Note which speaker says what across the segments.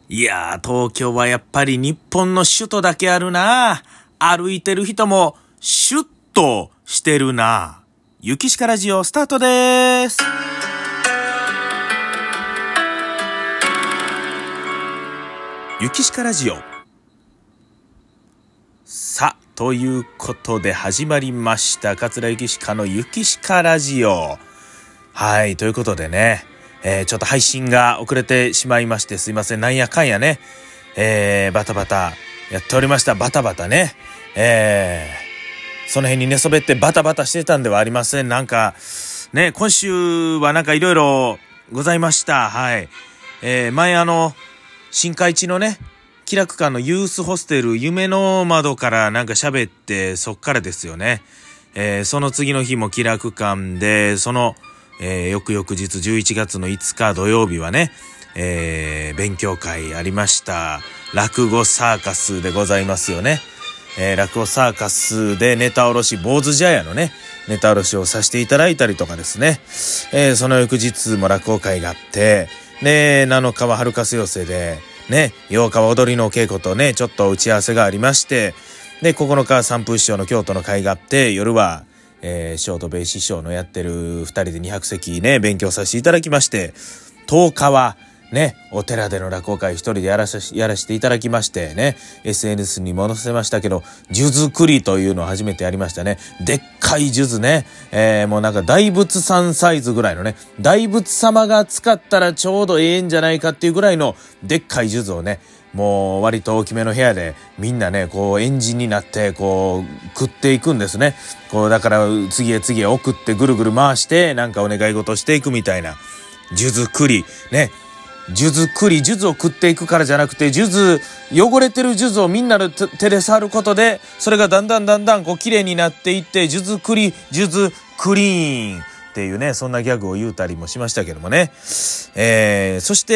Speaker 1: いやー、東京はやっぱり日本の首都だけあるな。歩いてる人もシュッとしてるな。ゆきしかラジオスタートです。ゆきしかラジオ。さあ、ということで始まりました。桂ゆきしかのゆきしかラジオ。はい、ということでね。ちょっと配信が遅れてしまいましてすいません。なんやかんやね。バタバタやっておりました。バタバタね。その辺に寝そべってバタバタしてたんではありません。なんか、ね、今週はなんかいろいろございました。はい。前新海地のね、気楽館のユースホステル、夢の窓からなんか喋って、そっからですよね。その次の日も気楽館で、その、翌々日11月の5日土曜日はね、勉強会ありました。落語サーカスでございますよね。落語サーカスでネタおろし、坊主茶屋のね、ネタおろしをさせていただいたりとかですね。その翌日も落語会があって、で、7日は春風寄せで、ね、8日は踊りの稽古とね、ちょっと打ち合わせがありまして、で、9日は三風師匠の京都の会があって、夜は、ショートベイ師匠のやってる2人で200席ね、勉強させていただきまして、10日はね、お寺での落語会一人でやらせていただきましてね、SNS にも載せましたけど、数珠繰りというのを初めてやりましたね。でっかい数珠ね、もうなんか大仏さんサイズぐらいのね、大仏様が使ったらちょうどええんじゃないかっていうぐらいのでっかい数珠をね、もう割と大きめの部屋でみんなね、こうエンジンになってこう食っていくんですね。こうだから次へ次へ送ってぐるぐる回してなんかお願い事していくみたいな。数珠繰りね。数珠繰り、数珠を食っていくからじゃなくて、数珠、汚れてる数珠をみんなで手で触ることで、それがだんだんこう綺麗になっていって、数珠繰り、数珠クリーンっていうね、そんなギャグを言うたりもしましたけどもね。そして、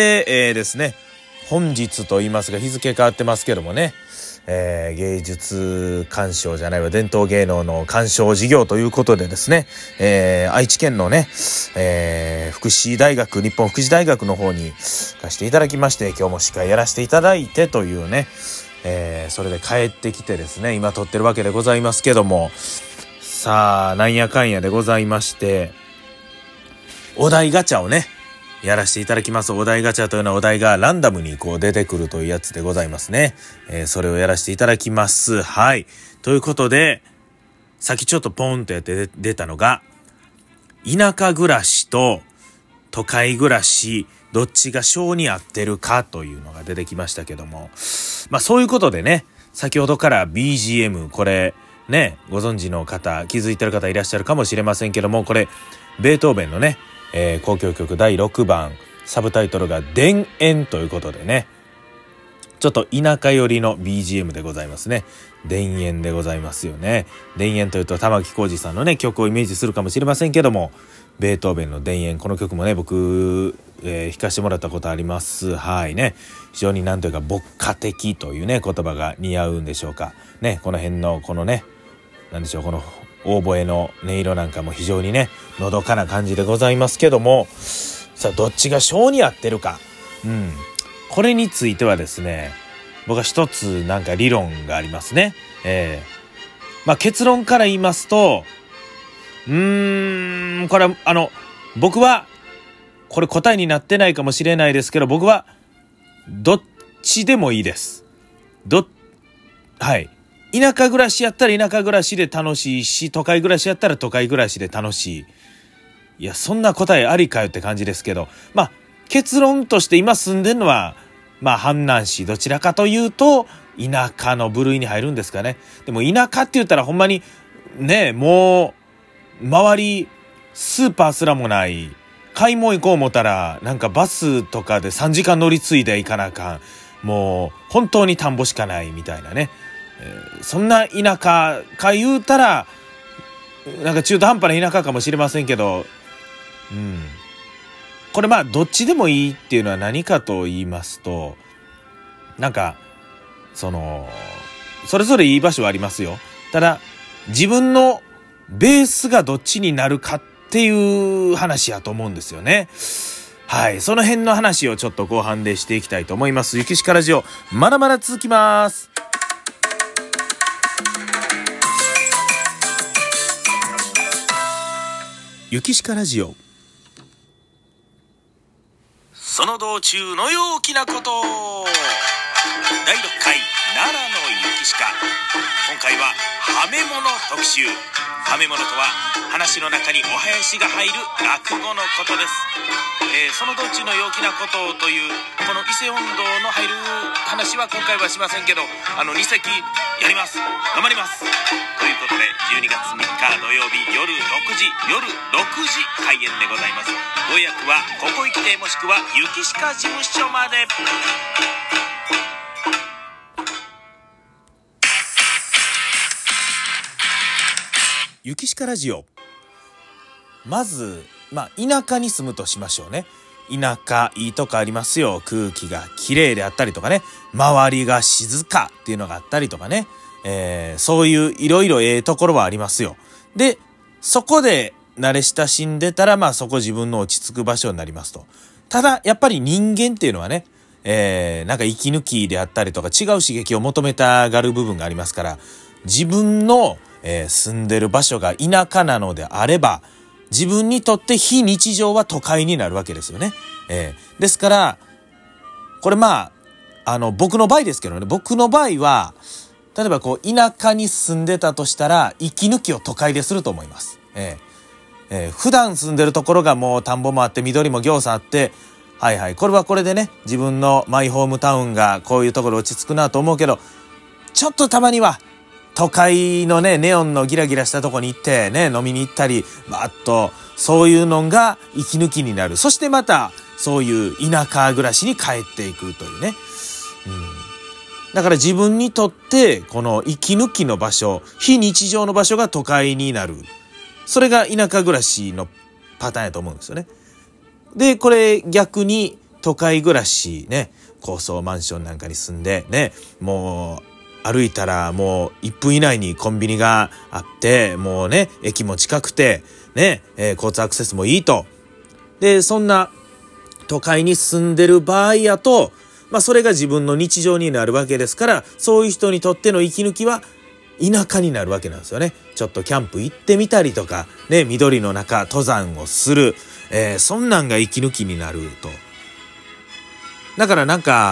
Speaker 1: ですね、本日と言いますが日付変わってますけどもね、芸術鑑賞じゃないわ、伝統芸能の鑑賞事業ということでですね、愛知県のね、福祉大学、日本福祉大学の方に貸していただきまして、今日も司会やらせていただいてというね、それで帰ってきてですね、今撮ってるわけでございますけども、さあ、なんやかんやでございまして、お題ガチャをね、やらせていただきます。お題ガチャというのはお題がランダムにこう出てくるというやつでございますね。それをやらせていただきます。はい。ということで、さっきちょっとポンとやって出たのが、田舎暮らしと都会暮らし、どっちが性に合ってるかというのが出てきましたけども。まあそういうことでね、先ほどから BGM、これね、ご存知の方、気づいてる方いらっしゃるかもしれませんけども、これ、ベートーベンのね、交響曲第6番、サブタイトルが田園ということでね、ちょっと田舎寄りの BGM でございますね。田園でございますよね。田園というと玉置浩二さんのね曲をイメージするかもしれませんけども、ベートーベンの田園、この曲もね僕、弾かせてもらったことあります。はいね、非常になんというか牧歌的というね言葉が似合うんでしょうかね。この辺のこのね、なんでしょう、このオーボエの音色なんかも非常にねのどかな感じでございますけども、さあどっちが性に合ってるか、これについてはですね、僕は一つなんか理論がありますね。まあ結論から言いますと、これは僕はこれ答えになってないかもしれないですけど、僕はどっちでもいいです。はい。田舎暮らしやったら田舎暮らしで楽しいし、都会暮らしやったら都会暮らしで楽しい。いや、そんな答えありかよって感じですけど、まあ結論として今住んでるのはまあ阪南市、どちらかというと田舎の部類に入るんですかね。でも田舎って言ったらほんまにね、もう周りスーパーすらもない、買い物行こう思ったらなんかバスとかで3時間乗り継いで行かなあかん、もう本当に田んぼしかないみたいなね、そんな田舎か言うたらなんか中途半端な田舎かもしれませんけど、これまあどっちでもいいっていうのは何かと言いますと、なんかそれぞれいい場所はありますよ。ただ自分のベースがどっちになるかっていう話やと思うんですよね。 はい、その辺の話をちょっと後半でしていきたいと思います。ゆきしかラジオ、まだまだ続きます。ゆきしかラジオ。その道中の陽気なこと。第6回奈良のゆきしか。今回ははめ物特集。はめ物とは話の中にお囃子が入る落語のことです。その道中の陽気なことというこの伊勢音頭の入る話は今回はしませんけど、2席やります。頑張ります。ということで12月3日土曜日夜6時開演でございます。ご予約はここ行きてもしくはゆきしか事務所まで。ゆきしかラジオ。まず田舎に住むとしましょうね。田舎いいとこありますよ。空気がきれいであったりとかね、周りが静かっていうのがあったりとかね、そういういろいろところはありますよ。でそこで慣れ親しんでたらそこ自分の落ち着く場所になりますと。ただやっぱり人間っていうのはね、なんか息抜きであったりとか違う刺激を求めたがる部分がありますから、自分の住んでる場所が田舎なのであれば、自分にとって非日常は都会になるわけですよね。ですからこれ僕の場合ですけどね、僕の場合は例えば田舎に住んでたとしたら息抜きを都会ですると思います。普段住んでるところがもう田んぼもあって緑もぎょうさんあって、これはこれでね、自分のマイホームタウンがこういうところ落ち着くなと思うけど、ちょっとたまには都会のね、ネオンのギラギラしたとこに行ってね、飲みに行ったりそういうのが息抜きになる。そしてまたそういう田舎暮らしに帰っていくというね、だから自分にとってこの息抜きの場所、非日常の場所が都会になる。それが田舎暮らしのパターンやと思うんですよね。でこれ逆に都会暮らしね、高層マンションなんかに住んでね、もう歩いたらもう1分以内にコンビニがあって、もうね駅も近くてね、交通アクセスもいいと。でそんな都会に住んでる場合やと、それが自分の日常になるわけですから、そういう人にとっての息抜きは田舎になるわけなんですよね。ちょっとキャンプ行ってみたりとかね、緑の中登山をする、そんなんが息抜きになると。だから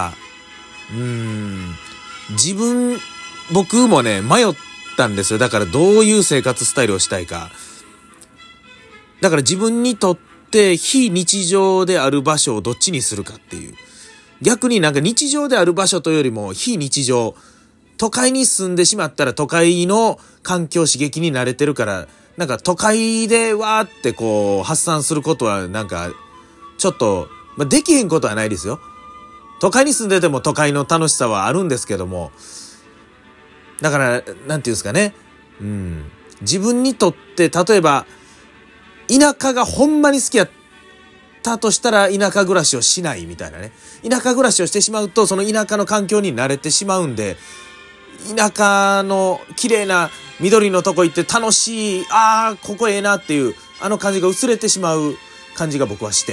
Speaker 1: 僕もね迷ったんですよ。だからどういう生活スタイルをしたいか。だから自分にとって非日常である場所をどっちにするかっていう。逆に日常である場所というよりも非日常、都会に住んでしまったら都会の環境刺激に慣れてるから、都会でわーって発散することはちょっと、できへんことはないですよ。都会に住んでても都会の楽しさはあるんですけども、だからなんていうんですかね、自分にとって例えば田舎がほんまに好きやったとしたら田舎暮らしをしないみたいなね。田舎暮らしをしてしまうとその田舎の環境に慣れてしまうんで、田舎の綺麗な緑のとこ行って楽しい、ここええなっていう感じが薄れてしまう感じが僕はして、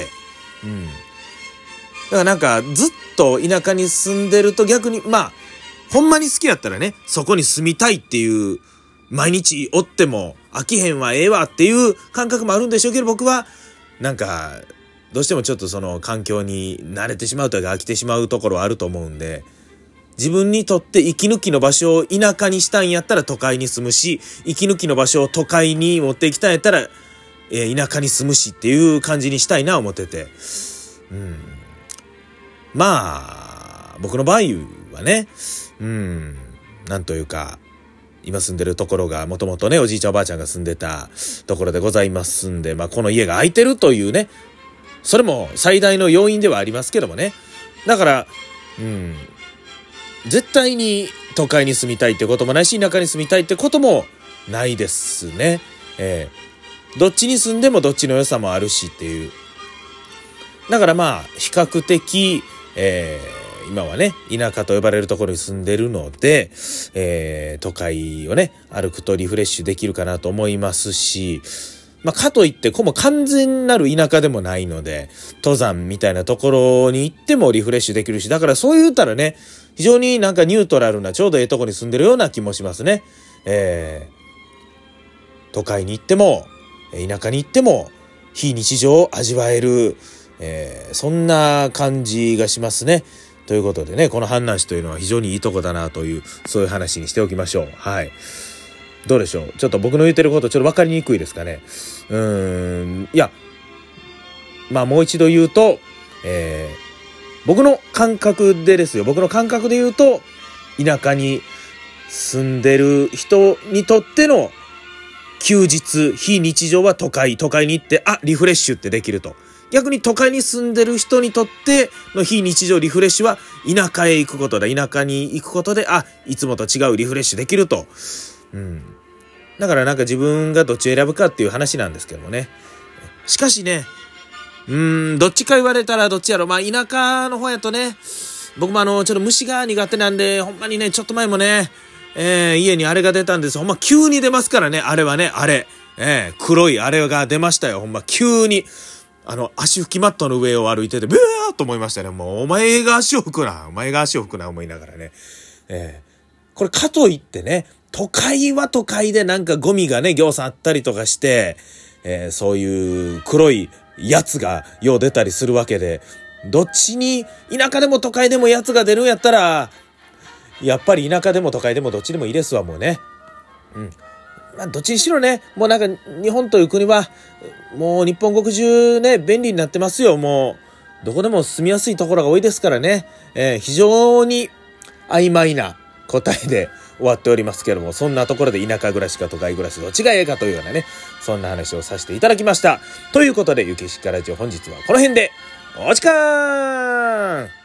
Speaker 1: だからずっと田舎に住んでると逆にほんまに好きやったらね、そこに住みたいっていう、毎日おっても飽きへんわええわっていう感覚もあるんでしょうけど、僕はどうしてもちょっとその環境に慣れてしまうというか飽きてしまうところはあると思うんで、自分にとって息抜きの場所を田舎にしたんやったら都会に住むし、息抜きの場所を都会に持っていきたんやったら、田舎に住むしっていう感じにしたいな思ってて、僕の場合はね、なんというか今住んでるところがもともとねおじいちゃんおばあちゃんが住んでたところでございますんで、この家が空いてるというね、それも最大の要因ではありますけどもね。だから絶対に都会に住みたいってこともないし、田舎に住みたいってこともないですね。どっちに住んでもどっちの良さもあるしっていう。だから比較的、今はね田舎と呼ばれるところに住んでるので、都会をね歩くとリフレッシュできるかなと思いますし、 かといってこれも完全なる田舎でもないので、登山みたいなところに行ってもリフレッシュできるし、だからそう言ったらね、非常になんかニュートラルなちょうどええとこに住んでるような気もしますね。都会に行っても田舎に行っても非日常を味わえる、そんな感じがしますね。ということでね、この阪南市というのは非常にいいとこだなという、そういう話にしておきましょう。はい。どうでしょう。ちょっと僕の言ってることちょっと分かりにくいですかね。いや、もう一度言うと、僕の感覚で言うと、田舎に住んでる人にとっての休日、非日常は都会に行って、リフレッシュってできると。逆に都会に住んでる人にとっての非日常リフレッシュは田舎へ行くことだ。田舎に行くことで、いつもと違うリフレッシュできると。だからなんか自分がどっちを選ぶかっていう話なんですけどもね。しかしね、どっちか言われたらどっちやろ。田舎の方やとね、僕もちょっと虫が苦手なんで、ほんまにね、ちょっと前もね、家にあれが出たんです。ほんま急に出ますからね、あれはね、黒いあれが出ましたよ。ほんま急に。足拭きマットの上を歩いてて、ブーっと思いましたね。もう、お前が足を拭くな思いながらね。これかといってね、都会は都会でなんかゴミがね、ぎょうさんあったりとかして、そういう黒いやつがよう出たりするわけで、どっちに、田舎でも都会でもやつが出るんやったら、やっぱり田舎でも都会でもどっちでもいいですわ、もうね。どっちにしろね、もうなんか日本という国は、もう日本国中ね、便利になってますよ。もう、どこでも住みやすいところが多いですからね。非常に曖昧な答えで終わっておりますけども、そんなところで田舎暮らしか都会暮らしどっちがええかというようなね、そんな話をさせていただきました。ということで、ゆきしかラジオ本日はこの辺で、お時間。